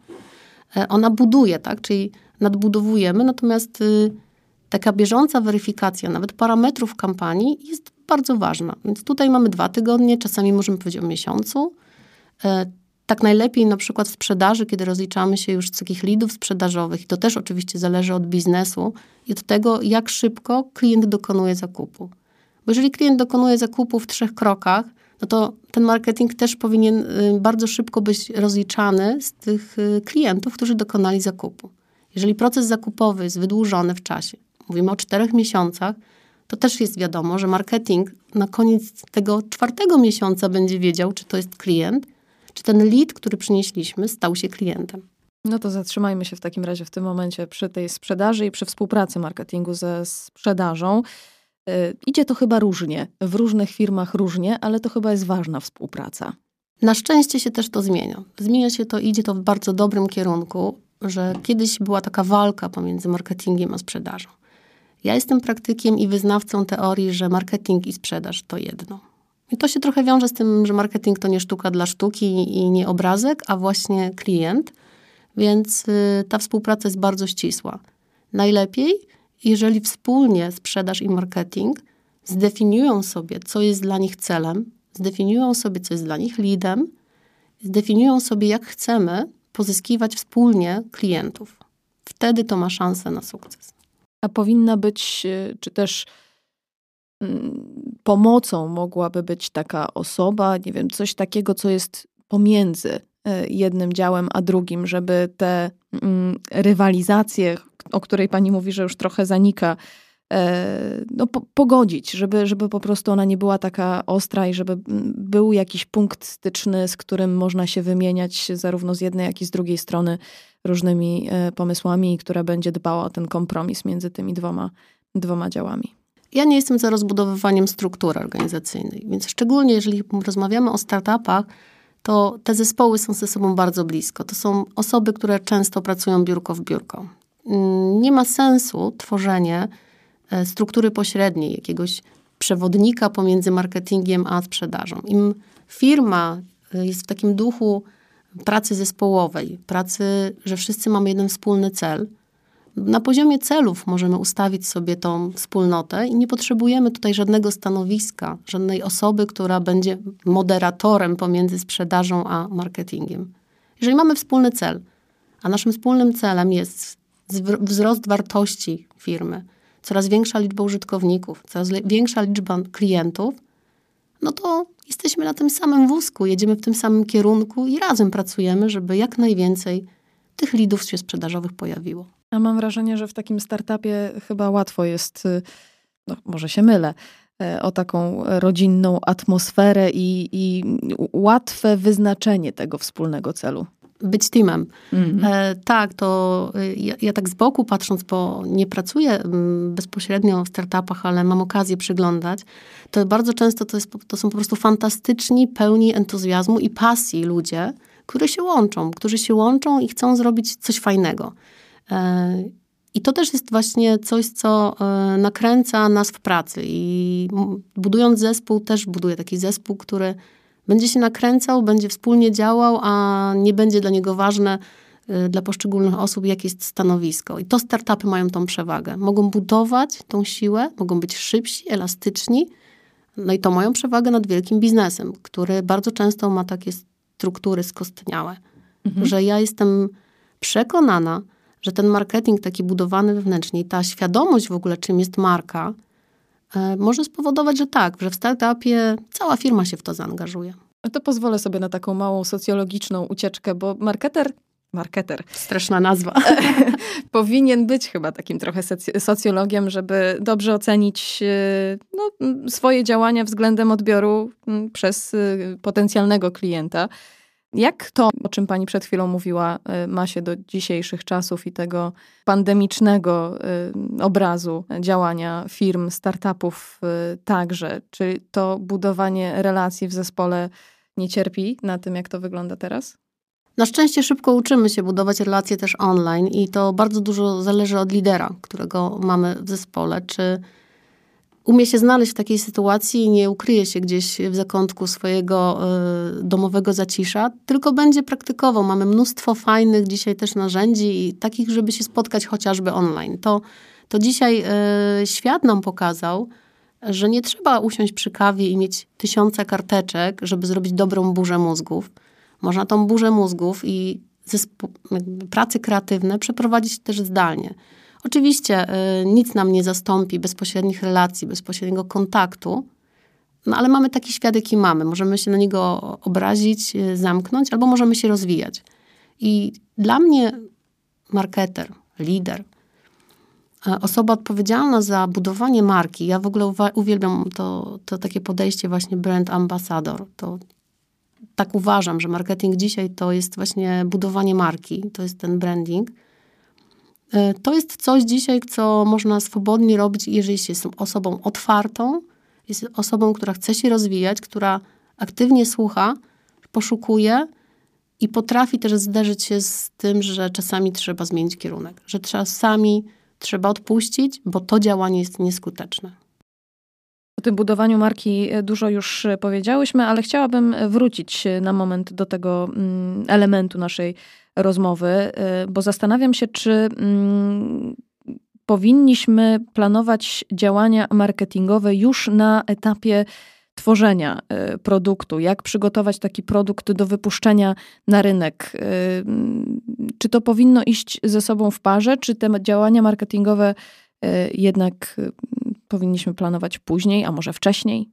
Ona buduje, tak, czyli nadbudowujemy, natomiast y, taka bieżąca weryfikacja nawet parametrów kampanii jest bardzo ważna. Więc tutaj mamy dwa tygodnie, czasami możemy powiedzieć o miesiącu. E, tak najlepiej na przykład w sprzedaży, kiedy rozliczamy się już z takich leadów sprzedażowych i to też oczywiście zależy od biznesu i od tego, jak szybko klient dokonuje zakupu. Bo jeżeli klient dokonuje zakupu w trzech krokach, no to ten marketing też powinien y, bardzo szybko być rozliczany z tych y, klientów, którzy dokonali zakupu. Jeżeli proces zakupowy jest wydłużony w czasie, mówimy o czterech miesiącach, to też jest wiadomo, że marketing na koniec tego czwartego miesiąca będzie wiedział, czy to jest klient, czy ten lead, który przynieśliśmy, stał się klientem. No to zatrzymajmy się w takim razie w tym momencie przy tej sprzedaży i przy współpracy marketingu ze sprzedażą. Yy, idzie to chyba różnie, w różnych firmach różnie, ale to chyba jest ważna współpraca. Na szczęście się też to zmienia. Zmienia się to, idzie to w bardzo dobrym kierunku, że kiedyś była taka walka pomiędzy marketingiem a sprzedażą. Ja jestem praktykiem i wyznawcą teorii, że marketing i sprzedaż to jedno. I to się trochę wiąże z tym, że marketing to nie sztuka dla sztuki i nie obrazek, a właśnie klient, więc y, ta współpraca jest bardzo ścisła. Najlepiej, jeżeli wspólnie sprzedaż i marketing zdefiniują sobie, co jest dla nich celem, zdefiniują sobie, co jest dla nich leadem, zdefiniują sobie, jak chcemy pozyskiwać wspólnie klientów. Wtedy to ma szansę na sukces. A powinna być, czy też pomocą mogłaby być taka osoba, nie wiem, coś takiego, co jest pomiędzy jednym działem a drugim, żeby te rywalizacje, o której pani mówi, że już trochę zanika, no, po, pogodzić, żeby, żeby po prostu ona nie była taka ostra i żeby był jakiś punkt styczny, z którym można się wymieniać zarówno z jednej, jak i z drugiej strony różnymi pomysłami, która będzie dbała o ten kompromis między tymi dwoma, dwoma działami. Ja nie jestem za rozbudowywaniem struktury organizacyjnej, więc szczególnie jeżeli rozmawiamy o startupach, to te zespoły są ze sobą bardzo blisko. To są osoby, które często pracują biurko w biurko. Nie ma sensu tworzenie struktury pośredniej, jakiegoś przewodnika pomiędzy marketingiem a sprzedażą. Im firma jest w takim duchu pracy zespołowej, pracy, że wszyscy mamy jeden wspólny cel, na poziomie celów możemy ustawić sobie tą wspólnotę i nie potrzebujemy tutaj żadnego stanowiska, żadnej osoby, która będzie moderatorem pomiędzy sprzedażą a marketingiem. Jeżeli mamy wspólny cel, a naszym wspólnym celem jest wzrost wartości firmy, coraz większa liczba użytkowników, coraz większa liczba klientów, no to jesteśmy na tym samym wózku, jedziemy w tym samym kierunku i razem pracujemy, żeby jak najwięcej tych leadów się sprzedażowych pojawiło. A mam wrażenie, że w takim startupie chyba łatwo jest, no może się mylę, o taką rodzinną atmosferę i, i łatwe wyznaczenie tego wspólnego celu. Być teamem. Mhm. E, tak, to ja, ja tak z boku patrząc, bo nie pracuję bezpośrednio w startupach, ale mam okazję przyglądać, to bardzo często to, jest, to są po prostu fantastyczni, pełni entuzjazmu i pasji ludzie, które się łączą, którzy się łączą i chcą zrobić coś fajnego. E, I to też jest właśnie coś, co e, nakręca nas w pracy. I budując zespół, też buduję taki zespół, który będzie się nakręcał, będzie wspólnie działał, a nie będzie dla niego ważne y, dla poszczególnych osób, jakie jest stanowisko. I to startupy mają tą przewagę. Mogą budować tą siłę, mogą być szybsi, elastyczni. No i to mają przewagę nad wielkim biznesem, który bardzo często ma takie struktury skostniałe. Mhm. Że ja jestem przekonana, że ten marketing taki budowany wewnętrznie i ta świadomość w ogóle, czym jest marka, może spowodować, że tak, że w startupie cała firma się w to zaangażuje. No to pozwolę sobie na taką małą socjologiczną ucieczkę, bo marketer, marketer. Straszna nazwa. powinien być chyba takim trochę socjologiem, żeby dobrze ocenić no, swoje działania względem odbioru przez potencjalnego klienta. Jak to, o czym pani przed chwilą mówiła, ma się do dzisiejszych czasów i tego pandemicznego obrazu działania firm, startupów także? Czy to budowanie relacji w zespole nie cierpi na tym, jak to wygląda teraz? Na szczęście szybko uczymy się budować relacje też online i to bardzo dużo zależy od lidera, którego mamy w zespole. Czy umie się znaleźć w takiej sytuacji i nie ukryje się gdzieś w zakątku swojego y, domowego zacisza, tylko będzie praktykował. Mamy mnóstwo fajnych dzisiaj też narzędzi i takich, żeby się spotkać chociażby online. To, to dzisiaj y, świat nam pokazał, że nie trzeba usiąść przy kawie i mieć tysiące karteczek, żeby zrobić dobrą burzę mózgów. Można tą burzę mózgów i zespo- prace kreatywne przeprowadzić też zdalnie. Oczywiście y, nic nam nie zastąpi bezpośrednich relacji, bezpośredniego kontaktu, no ale mamy taki świat, jaki mamy. Możemy się na niego obrazić, y, zamknąć, albo możemy się rozwijać. I dla mnie marketer, lider, y, osoba odpowiedzialna za budowanie marki, ja w ogóle uwa- uwielbiam to, to takie podejście właśnie brand ambassador. To tak uważam, że marketing dzisiaj to jest właśnie budowanie marki, to jest ten branding. To jest coś dzisiaj, co można swobodnie robić, jeżeli się jest osobą otwartą, jest osobą, która chce się rozwijać, która aktywnie słucha, poszukuje i potrafi też zderzyć się z tym, że czasami trzeba zmienić kierunek, że czasami trzeba odpuścić, bo to działanie jest nieskuteczne. O tym budowaniu marki dużo już powiedziałyśmy, ale chciałabym wrócić na moment do tego elementu naszej rozmowy, bo zastanawiam się, czy mm, powinniśmy planować działania marketingowe już na etapie tworzenia y, produktu. Jak przygotować taki produkt do wypuszczenia na rynek? Y, czy to powinno iść ze sobą w parze, czy te działania marketingowe jednak powinniśmy planować później, a może wcześniej?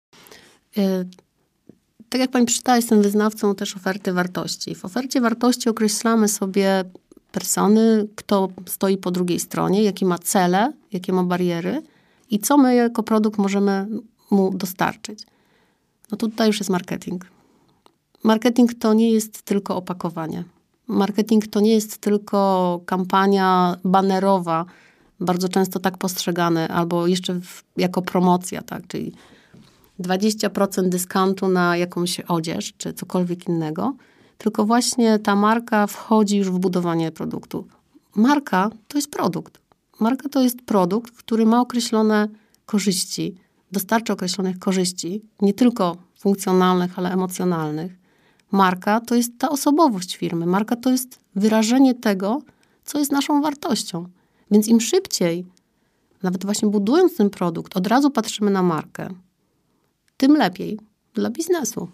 Tak jak pani przeczytała, jestem wyznawcą też oferty wartości. W ofercie wartości określamy sobie persony, kto stoi po drugiej stronie, jakie ma cele, jakie ma bariery i co my jako produkt możemy mu dostarczyć. No to tutaj już jest marketing. Marketing to nie jest tylko opakowanie. Marketing to nie jest tylko kampania banerowa, bardzo często tak postrzegane, albo jeszcze w, jako promocja, tak, czyli dwadzieścia procent dyskontu na jakąś odzież, czy cokolwiek innego, tylko właśnie ta marka wchodzi już w budowanie produktu. Marka to jest produkt. Marka to jest produkt, który ma określone korzyści, dostarcza określonych korzyści, nie tylko funkcjonalnych, ale emocjonalnych. Marka to jest ta osobowość firmy. Marka to jest wyrażenie tego, co jest naszą wartością. Więc im szybciej, nawet właśnie budując ten produkt, od razu patrzymy na markę, tym lepiej dla biznesu.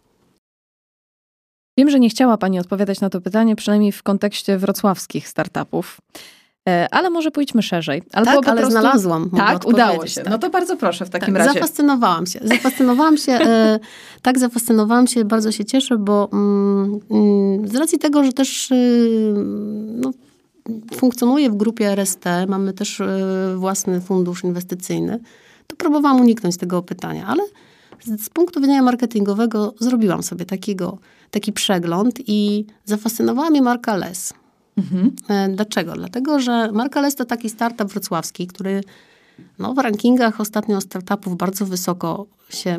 Wiem, że nie chciała pani odpowiadać na to pytanie, przynajmniej w kontekście wrocławskich startupów. Ale może pójdźmy szerzej. Albo tak, po ale prostu... znalazłam. Tak, udało się. Tak. No to bardzo proszę w takim tak, razie. Zafascynowałam się. Zafascynowałam się, e, tak zafascynowałam się, bardzo się cieszę, bo mm, z racji tego, że też y, no, funkcjonuję w grupie R S T, mamy też y, własny fundusz inwestycyjny, to próbowałam uniknąć tego pytania, ale z, z punktu widzenia marketingowego zrobiłam sobie takiego, taki przegląd i zafascynowała mnie marka Les. Mhm. Dlaczego? Dlatego, że marka Les to taki startup wrocławski, który no, w rankingach ostatnio startupów bardzo wysoko się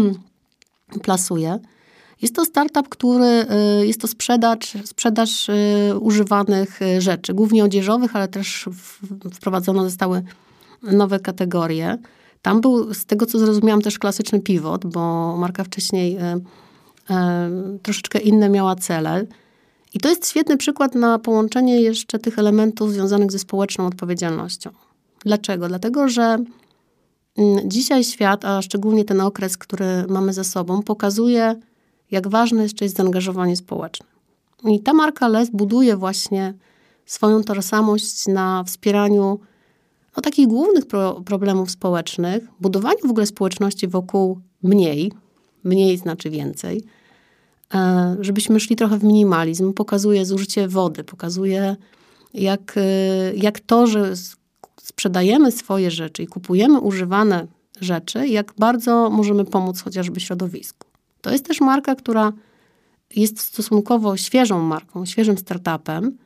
plasuje. Jest to startup, który, jest to sprzedaż, sprzedaż używanych rzeczy, głównie odzieżowych, ale też wprowadzono zostały nowe kategorie. Tam był, z tego co zrozumiałam, też klasyczny pivot, bo marka wcześniej e, e, troszeczkę inne miała cele. I to jest świetny przykład na połączenie jeszcze tych elementów związanych ze społeczną odpowiedzialnością. Dlaczego? Dlatego, że dzisiaj świat, a szczególnie ten okres, który mamy za sobą, pokazuje, jak ważne jeszcze jest zaangażowanie społeczne. I ta marka Les buduje właśnie swoją tożsamość na wspieraniu no, takich głównych pro, problemów społecznych, budowaniu w ogóle społeczności wokół mniej, mniej znaczy więcej, żebyśmy szli trochę w minimalizm. Pokazuje zużycie wody, pokazuje jak, jak to, że sprzedajemy swoje rzeczy i kupujemy używane rzeczy, jak bardzo możemy pomóc chociażby środowisku. To jest też marka, która jest stosunkowo świeżą marką, świeżym startupem.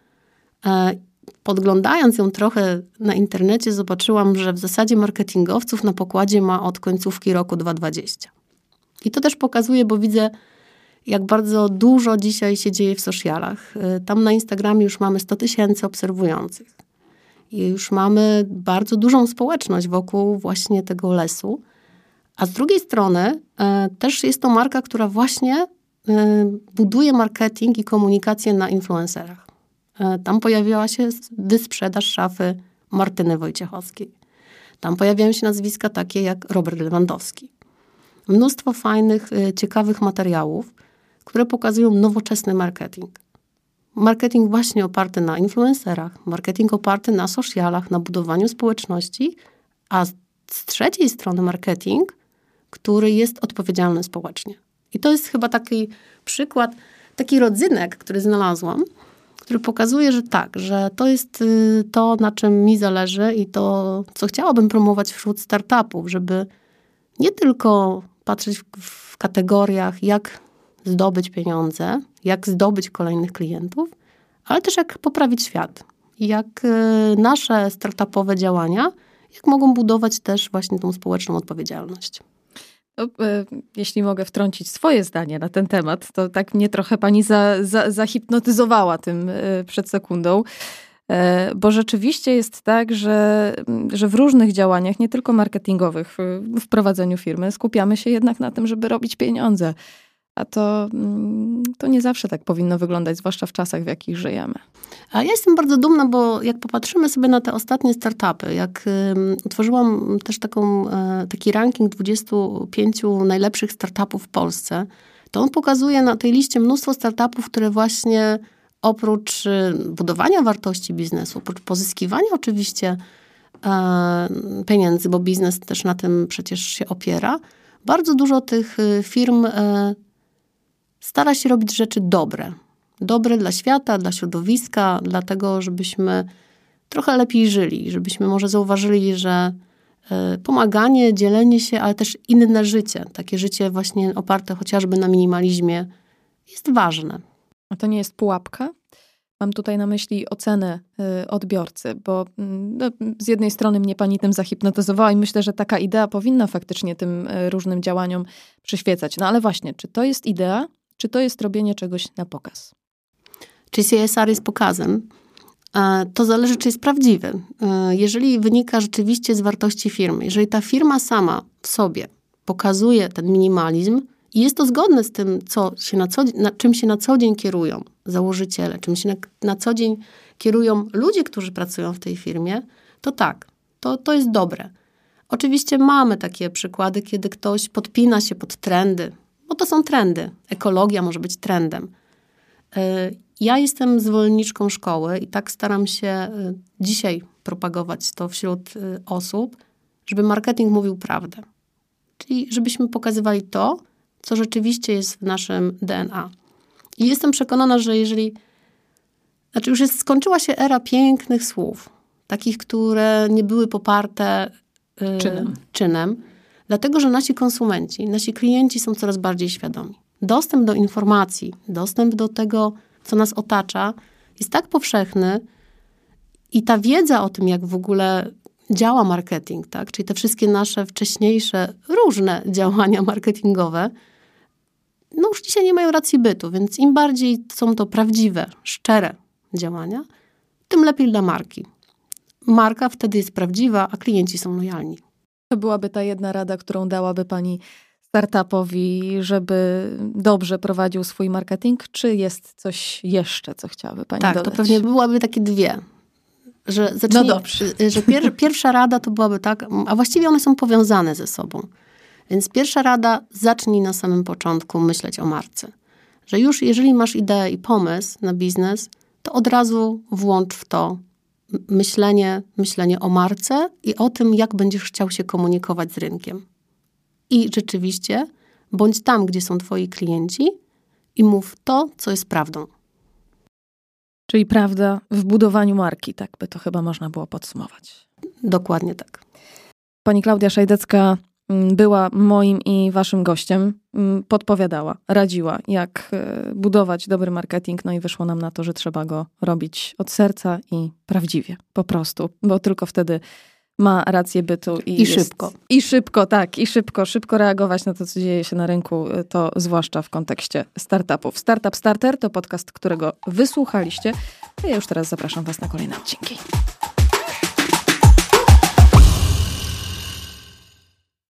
Podglądając ją trochę na internecie, zobaczyłam, że w zasadzie marketingowców na pokładzie ma od końcówki roku dwa tysiące dwudziestego. I to też pokazuje, bo widzę, jak bardzo dużo dzisiaj się dzieje w socialach. Tam na Instagramie już mamy sto tysięcy obserwujących. I już mamy bardzo dużą społeczność wokół właśnie tego lesu. A z drugiej strony e, też jest to marka, która właśnie e, buduje marketing i komunikację na influencerach. E, tam pojawiła się wysprzedaż szafy Martyny Wojciechowskiej. Tam pojawiają się nazwiska takie jak Robert Lewandowski. Mnóstwo fajnych, e, ciekawych materiałów, które pokazują nowoczesny marketing. Marketing właśnie oparty na influencerach, marketing oparty na socialach, na budowaniu społeczności, a z trzeciej strony marketing, który jest odpowiedzialny społecznie. I to jest chyba taki przykład, taki rodzynek, który znalazłam, który pokazuje, że tak, że to jest to, na czym mi zależy i to, co chciałabym promować wśród startupów, żeby nie tylko patrzeć w kategoriach, jak zdobyć pieniądze, jak zdobyć kolejnych klientów, ale też jak poprawić świat. I jak nasze startupowe działania, jak mogą budować też właśnie tą społeczną odpowiedzialność. No, jeśli mogę wtrącić swoje zdanie na ten temat, to tak mnie trochę pani za, za, zahipnotyzowała tym przed sekundą. Bo rzeczywiście jest tak, że, że w różnych działaniach, nie tylko marketingowych, w prowadzeniu firmy, skupiamy się jednak na tym, żeby robić pieniądze. A to, to nie zawsze tak powinno wyglądać, zwłaszcza w czasach, w jakich żyjemy. A ja jestem bardzo dumna, bo jak popatrzymy sobie na te ostatnie startupy, jak um, utworzyłam też taką, e, taki ranking dwudziestu pięciu najlepszych startupów w Polsce, to on pokazuje na tej liście mnóstwo startupów, które właśnie oprócz budowania wartości biznesu, oprócz pozyskiwania oczywiście e, pieniędzy, bo biznes też na tym przecież się opiera. Bardzo dużo tych firm e, stara się robić rzeczy dobre. Dobre dla świata, dla środowiska, dlatego żebyśmy trochę lepiej żyli, żebyśmy może zauważyli, że e, pomaganie, dzielenie się, ale też inne życie, takie życie właśnie oparte chociażby na minimalizmie jest ważne. A to nie jest pułapka? Mam tutaj na myśli ocenę y, odbiorcy, bo no, z jednej strony mnie pani tym zahipnotyzowała i myślę, że taka idea powinna faktycznie tym y, różnym działaniom przyświecać. No ale właśnie, czy to jest idea, czy to jest robienie czegoś na pokaz? Czy C S R jest pokazem? E, to zależy, czy jest prawdziwy. E, jeżeli wynika rzeczywiście z wartości firmy, jeżeli ta firma sama w sobie pokazuje ten minimalizm, i jest to zgodne z tym, co się na co, na, czym się na co dzień kierują założyciele, czym się na, na co dzień kierują ludzie, którzy pracują w tej firmie, to tak, to, to jest dobre. Oczywiście mamy takie przykłady, kiedy ktoś podpina się pod trendy, bo to są trendy. Ekologia może być trendem. Ja jestem zwolenniczką szkoły i tak staram się dzisiaj propagować to wśród osób, żeby marketing mówił prawdę. Czyli żebyśmy pokazywali to, co rzeczywiście jest w naszym D N A. I jestem przekonana, że jeżeli... Znaczy już jest, skończyła się era pięknych słów, takich, które nie były poparte y, czynem. czynem, dlatego, że nasi konsumenci, nasi klienci są coraz bardziej świadomi. Dostęp do informacji, dostęp do tego, co nas otacza, jest tak powszechny i ta wiedza o tym, jak w ogóle działa marketing, tak? Czyli te wszystkie nasze wcześniejsze różne działania marketingowe, no już dzisiaj nie mają racji bytu, więc im bardziej są to prawdziwe, szczere działania, tym lepiej dla marki. Marka wtedy jest prawdziwa, a klienci są lojalni. To byłaby ta jedna rada, którą dałaby pani startupowi, żeby dobrze prowadził swój marketing, czy jest coś jeszcze, co chciałaby pani tak, dodać? Tak, to pewnie byłaby takie dwie. Że, zacznij, no dobrze. że pier, pierwsza rada to byłaby tak, a właściwie one są powiązane ze sobą. Więc pierwsza rada, zacznij na samym początku myśleć o marce. Że już jeżeli masz ideę i pomysł na biznes, to od razu włącz w to myślenie, myślenie o marce i o tym, jak będziesz chciał się komunikować z rynkiem. I rzeczywiście bądź tam, gdzie są twoi klienci i mów to, co jest prawdą. Czyli prawda w budowaniu marki, tak by to chyba można było podsumować. Dokładnie tak. Pani Klaudia Szajdecka była moim i waszym gościem. Podpowiadała, radziła, jak budować dobry marketing. No i wyszło nam na to, że trzeba go robić od serca i prawdziwie, po prostu. Bo tylko wtedy ma rację bytu. I, I jest, szybko. I szybko, tak. I szybko, szybko reagować na to, co dzieje się na rynku. To zwłaszcza w kontekście startupów. Startup Starter to podcast, którego wysłuchaliście. A ja już teraz zapraszam was na kolejne odcinki.